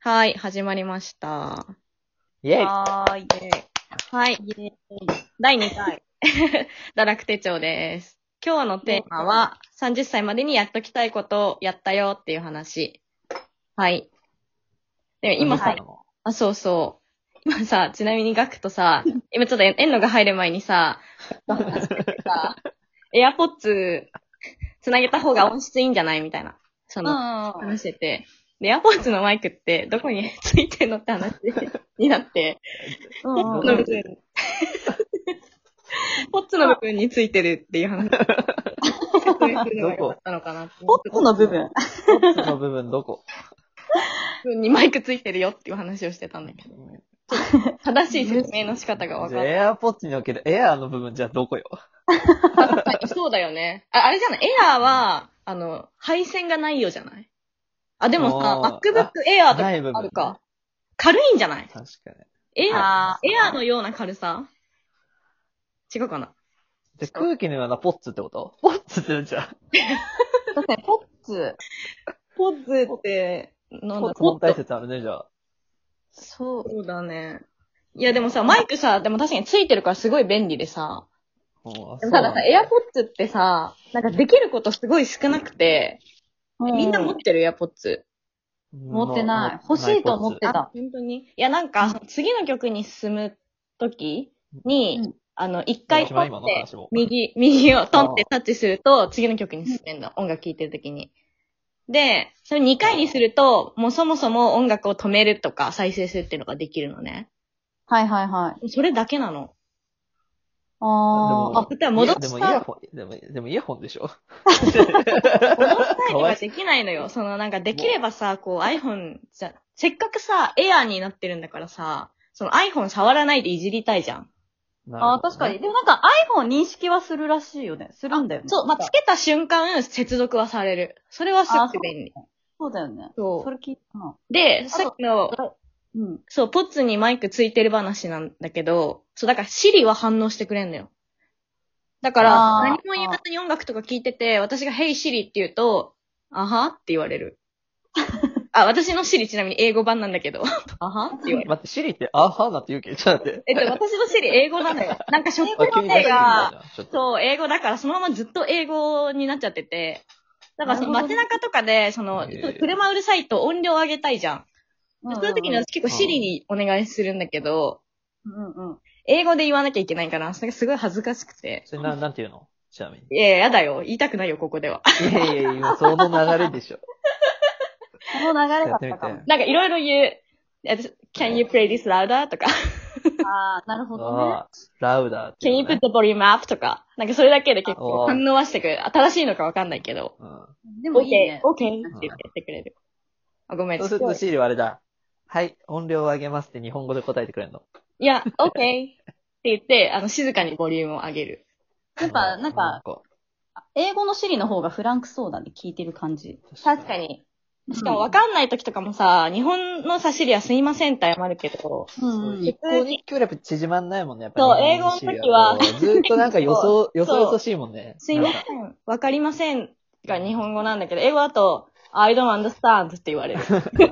はい、始まりました。 イェイはーい。 はい、 イェーイ。 第2回、堕落手帳です。今日のテーマは、30歳までにやっときたいことをやったよっていう話。はい。で、今さ、そうそう。今さ、ちなみにガクとさ、今ちょっとエンノが入る前にさ、エアポッツつなげた方が音質いいんじゃないみたいな、話してて。で、エアポッツのマイクってどこについてんのって話になって、ポッツの部分、ポッツの部分についてるっていう話。説明するのが良かったのかなって。 ポッツの部分ポッツの部分どこにマイクついてるよっていう話をしてたんだけど。正しい説明の仕方が分かんない。 エアポッツにおけるエアーの部分じゃどこよ確かにそうだよね。あれじゃない、エアーは、配線がないよじゃない。あ、でもさ、MacBook Air とかあるか。軽いんじゃない。 確かに。エアーのような軽さ違うかな。 で、空気のようなポッツってこと？ポッツってなんじゃ確かに、ポッツ。 ポッツって、なんだ、 ポッツ本体説あるね、じゃあ。 そうだね。いや、でもさ、マイクさ、でも確かについてるからすごい便利でさ。でもたださ、エアポッツってさ、なんかできることすごい少なくて、みんな持ってるエアポッツ。 持ってない。欲しいと思ってた。 本当に。いや、なんか、次の曲に進むときに、一回取って、右を取ってタッチすると、次の曲に進めるの。音楽聴いてるときに。で、それ2回にすると、もうそもそも音楽を止めるとか再生するっていうのができるのね。 はいはいはい。 それだけなの。 でもイヤホンでしょ戻したいとかできないのよ。なんかできればさ、こう iPhone じゃ、せっかくさ、エアーになってるんだからさ、iPhone 触らないでいじりたいじゃん。 確かに。でもなんか iPhone 認識はするらしいよね。するんだよね。 そう、つけた瞬間、接続はされる。それはすごく便利。 そうだよね。 そう。 それ聞いたな。 で、さっきの、そう、ポッツにマイクついてる話なんだけど、そう、だから Siri は反応してくれんのよ。だから、何も言わずに音楽とか聞いてて、私が Hey Siri って言うと、あはって言われる。私の Siri ちなみに英語版なんだけど、あはって言われる。 待って、Siri ってあはなって言うけど、ちょっと待って。 私の Siri 英語なのよ。なんかショップの手が、そう、英語だからそのままずっと英語になっちゃってて、だから街中とかで、車うるさいと音量上げたいじゃん。そういう時に私結構 Siri にお願いするんだけど、英語で言わなきゃいけないから、それがすごい恥ずかしくて。 それなんて言うのちなみに。 いや、やだよ。言いたくないよ、ここでは。 いやいや、今その流れでしょ。 その流れだったかも。 なんかいろいろ言う。Can you play this louder? とか。 なるほどね。 ラウダー。 Can you put the volume up? とか。なんかそれだけで結構反応はしてくれる。新しいのかわかんないけど。 でもいいね。 OK って言ってくれる。ごめん。 そうすると Siri はあれだ。はい、音量を上げますって日本語で答えてくれるの。 いや、OK って言って、静かにボリュームを上げる。 やっぱ、なんか、英語の Siri の方がフランクそうだね、聞いてる感じ。 確かに。しかも分かんない時とかもさ、日本のさ、Siri はすいませんって謝るけど、 一向に距離縮まんないもんね、やっぱり。 そう、英語の時は、 ずっとなんかよそしいもんね。 すいません、わかりませんが日本語なんだけど、英語だと、I don't understand って言われる。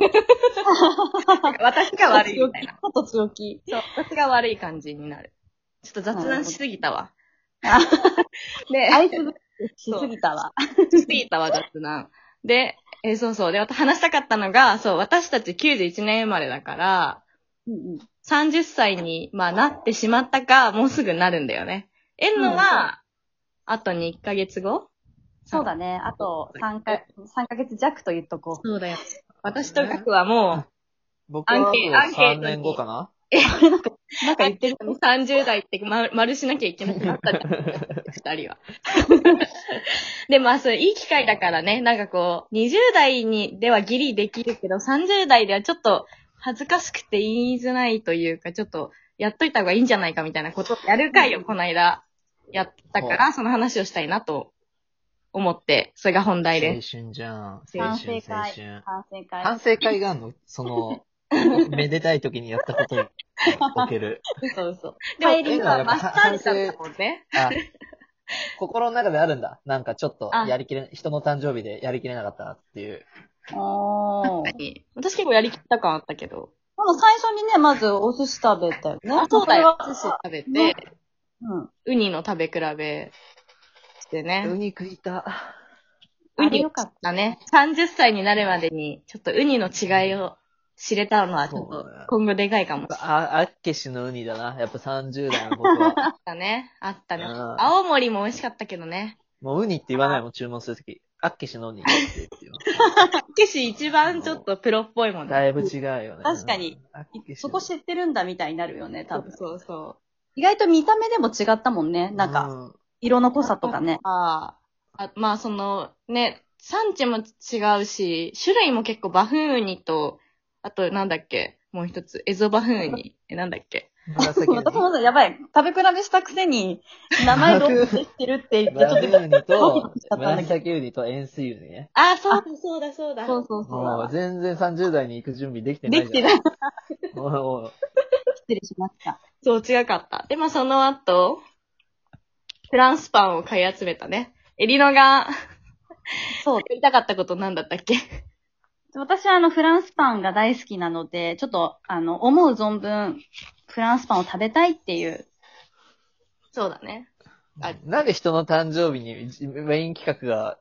私が悪いみたいな。 こと強気。 そう、私が悪い感じになる。ちょっと雑談しすぎたわ。 で、アイスブックしすぎたわ。 しすぎたわ、雑談。で、そうそう。で、話したかったのが、そう、私たち91年生まれだから、30歳に、なってしまったか、もうすぐなるんだよね。エンノは、あと2ヶ月後？ そうだね。あと3ヶ月弱と言っとこう。 そうだよ。私とガクはもう、 僕は3年後かな？ なんか言ってるのに30代って丸しなきゃいけなくなったじゃん。二人は。で、そう、いい機会だからね、なんかこう、20代ではギリできるけど、30代ではちょっと恥ずかしくて言いづらいというか、ちょっとやっといた方がいいんじゃないかみたいなことをやる会をこの間やったから、その話をしたいなと思って、それが本題です。 青春じゃん。 反省会があるの？めでたい時にやったことにおける。 嘘。でも、今、マッサージだったもんね。 心の中であるんだ。なんかちょっと、人の誕生日でやりきれなかったなっていう。 ああ。で私結構やりきった感あったけど。 も最初にね、まずお寿司食べたよね。 あ、そうだよ。 それは寿司食べて、 ねうん。 ウニの食べ比べしてウね。 ニ食いた。 ウニあれよかった。 だね。30歳になるまでに、ちょっとウニの違いを知れたのは、ちょっと今後でかいかもしれない。 あっけしのウニだな。やっぱ30代の僕は。 あったね。あったね。 うん青森も美味しかったけどね。 もうウニって言わないもん、注文するとき。あっけしのウニって言います。 けし一番ちょっとプロっぽいもんね。 だいぶ違うよね。 確かに。 あっけしそこ知ってるんだみたいになるよね、多分。 そうそ意外と見た目でも違ったもんね。なんか、 うん色の濃さう。 とかね。 まあその、ね、産地も違うし、種類も結構バフンウニと、あとなんだっけ、もう一つ、エゾバフンウニ。なんだっけ。 紫ウニ。 私もやばい。食べ比べしたくせに、名前どうでってるって言って、ちょっとバフウニとドキドキしちゃったんだけど紫ウニと塩水ウニね。 あ、そうだ。 そうそうそうだもうわ。 全然30代に行く準備できてないじゃん。 できてない。 もう失礼しました。 そう、違かった。で、まあその後、フランスパンを買い集めたね。エリノが、 そう。 やりたかったことなんだったっけ。 私はフランスパンが大好きなので、ちょっと、思う存分、フランスパンを食べたいっていう。 そうだね。 なんで人の誕生日にメイン企画が、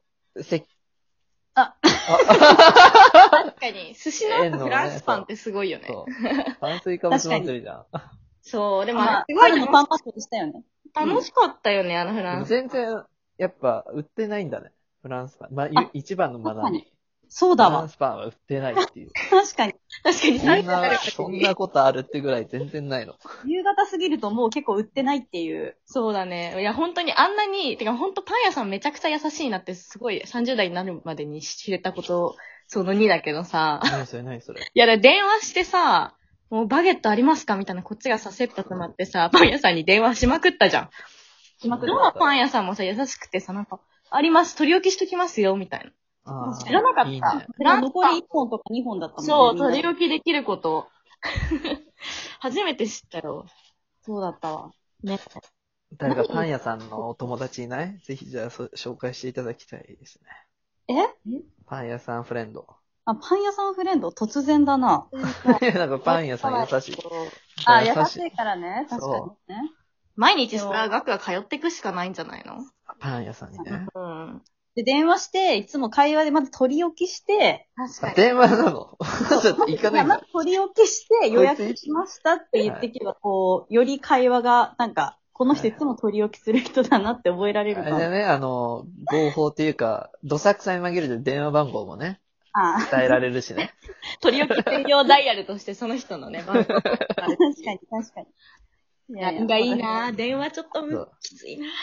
確かに、寿司のフランスパンってすごいよね。 そう。炭水化物祭りじゃん。 そう、でも、 まあ、 すごい春のパン祭りしたよね。 楽しかったよね、あのフランスパン。 全然、やっぱ、売ってないんだね。フランスパン。一番の学び。 そうだわフラン。スパンは売ってないっていう。 確かに。 そんなことあるってぐらい全然ないの。 夕方過ぎるともう結構売ってないっていう。 そうだね。いや、本当にあんなに、てか本当パン屋さんめちゃくちゃ優しいなってすごい30代になるまでに知れたこと、その2だけどさ。 何それ。 いや、だから電話してさ、もうバゲットありますかみたいなこっちがさ、切羽詰まってさ、パン屋さんに電話しまくったじゃん。どのパン屋さんもさ、優しくてさ、なんか、あります、取り置きしときますよ、みたいな。知らなかった。 いいね。 フランス残り1本とか2本だったもんね。 そう、 みんな取り置きできること。初めて知ったよ。 そうだったわ。 ね。 誰かパン屋さんのお友達いないぜひじゃあ紹介していただきたいですね。 えパン屋さんフレンド。 あ、パン屋さんフレンド突然だな。 なんかパン屋さん優しい。 あ、優しいからね。確かにね。 毎日さ、ガクが通っていくしかないんじゃないの？ パン屋さんにね。 うん。 で、電話して、いつも会話でまず取り置きして、 確かに。 電話なのちょっと行かないんだまず。取り置きして予約しましたって言ってけば、こう、より会話が、なんか、この人いつも取り置きする人だなって覚えられるかも。 あれだね、合法っていうか、どさくさに紛れて電話番号もね、 あ伝えられるしね。 取り置き専用ダイヤルとしてその人のね、番号。 確かに、確かに。い何がいいな電話ちょっとそうきついな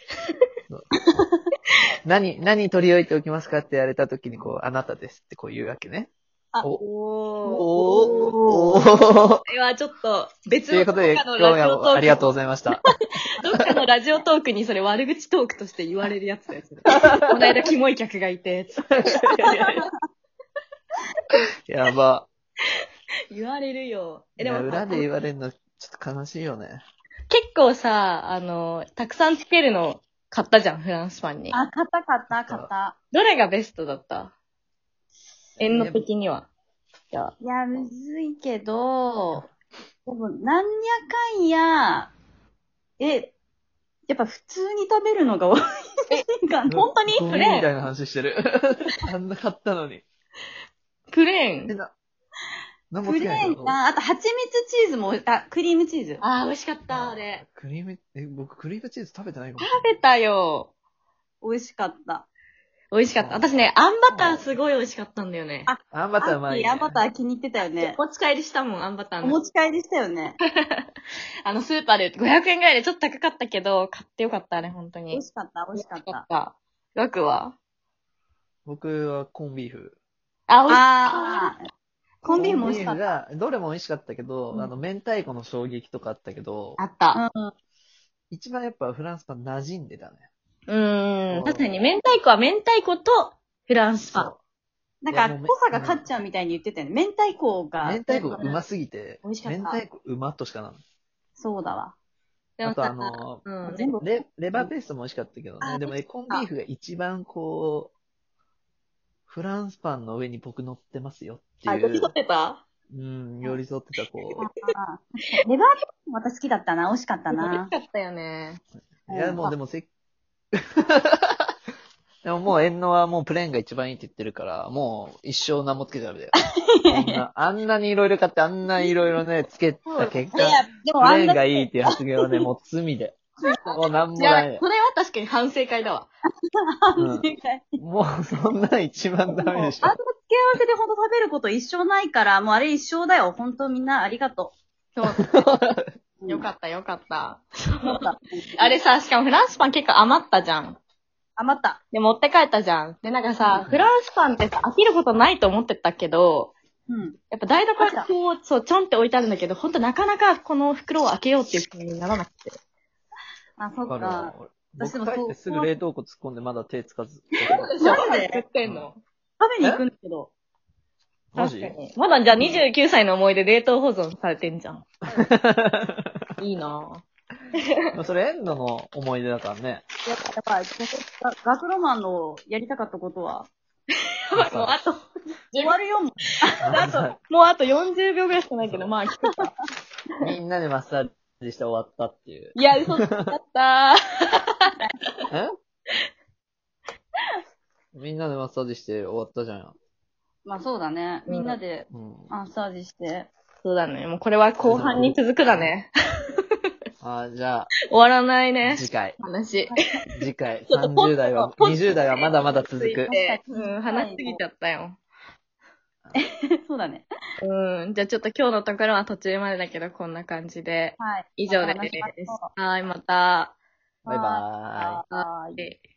何取り置いておきますかって言われた時にあなたですって言うわけね。 あおー。 これはちょっと別のということで、今日はありがとうございました。 どっかのラジオトークにそれ悪口トークとして言われるやつだよ、それ。この間キモい客がいて、つってやば。 言われるよ。 でも裏で言われるのちょっと悲しいよね。 結構さ、たくさんつけるの買ったじゃん、フランスパンに。 あ、買った。 どれがベストだった？縁の的には。 いや、むずいけど、でも、なんやかんや、やっぱ普通に食べるのが多いかな。 本当にゴミプレーンみたいな話してる。あんな買ったのに。 プレーン。 何もプつけないのレーンか、あと蜂蜜チーズも、クリームチーズ。 あー、美味しかった、あれ。 僕クリームチーズ食べてないかも。 食べたよ。 美味しかった。 美味しかった。私ね、あんバターすごい美味しかったんだよね。 あんバターうまいね。 あんバター気に入ってたよね。 お持ち帰りしたもん、あんバターの。 お持ち帰りしたよね。 スーパーで500円ぐらいでちょっと高かったけど、買ってよかったね、本当に。 美味しかった。 ガクは僕はコンビーフ。 あー、コンビーフも美味しかった。 コンビーフが、どれも美味しかったけど、明太子の衝撃とかあったけど、 あった。 一番やっぱフランスパン馴染んでたね。 確かに明太子は明太子とフランスパン。 なんか、濃さが勝っちゃうみたいに言ってたよね。明太子が。 明太子がうますぎて、 美味しかった。 明太子うまっとしかなの。 そうだわ。 でもあと全部レバーペーストも美味しかったけどね。でもコンビーフが一番フランスパンの上に僕乗ってますよってあ、 いう。 寄ってた？ 寄り添ってた子。 レバーペンもまた好きだったな。美味しかったな。 美味しかったよね。 いや、もうでもでももう縁のはもうプレーンが一番いいって言ってるから、もう一生何もつけちゃダメだよ。あんなにいろいろ買ってあんないろいろね、つけた結果、 いや、でもプあんなレーンがいいっていう発言はね、もう罪で。もうなんもいや、 ないねそ。れは確かに反省会だわ。 反省会。 もうそんな一番ダメでしょあんな。付け合わせでほんと食べること一生ないから、もうあれ一生だよ。ほんとみんなありがとそう。 う。 よかった、よかった。 った。 あれさ、しかもフランスパン結構余ったじゃん。 余った。 で、持って帰ったじゃん。で、なんかさ、フランスパンってさ、飽きることないと思ってたけど、 うん。 やっぱ台所にこう、そう、ちょんって置いてあるんだけど、ほんとなかなかこの袋を開けようっていう気にならなくて。 あ、そっわかるわか。 僕帰私でもそうってすぐ冷凍庫突っ込んでまだ手つかず。 なんで作ってんの？ 食べに行くんだけど。 マジ確かに。まだじゃあ29歳の思い出冷凍保存されてんじゃん。いいなぁ。 まあそれエンドの思い出だからね。 やっぱ、ガクロマンのやりたかったことは、 もうあと、 終わるよ、もう。 もうあと40秒ぐらいしかないけど、まあ聞くか。 みんなでマッサージして終わったっていう。 いや、嘘だったえみんなでマッサージして終わったじゃん。 まあそうだね。みんなでマッサージして。 そうだね。もうこれは後半に続くだね。 じゃあ、 終わらないね。 次回。 話。 次回。 ちょっと 30代は、20代はまだまだ続く。 話しすぎちゃったよ。 そうだね。 じゃあちょっと今日のところは途中までだけど、こんな感じで。 はい。 以上です。はい、また。 バイバーイ。 はい。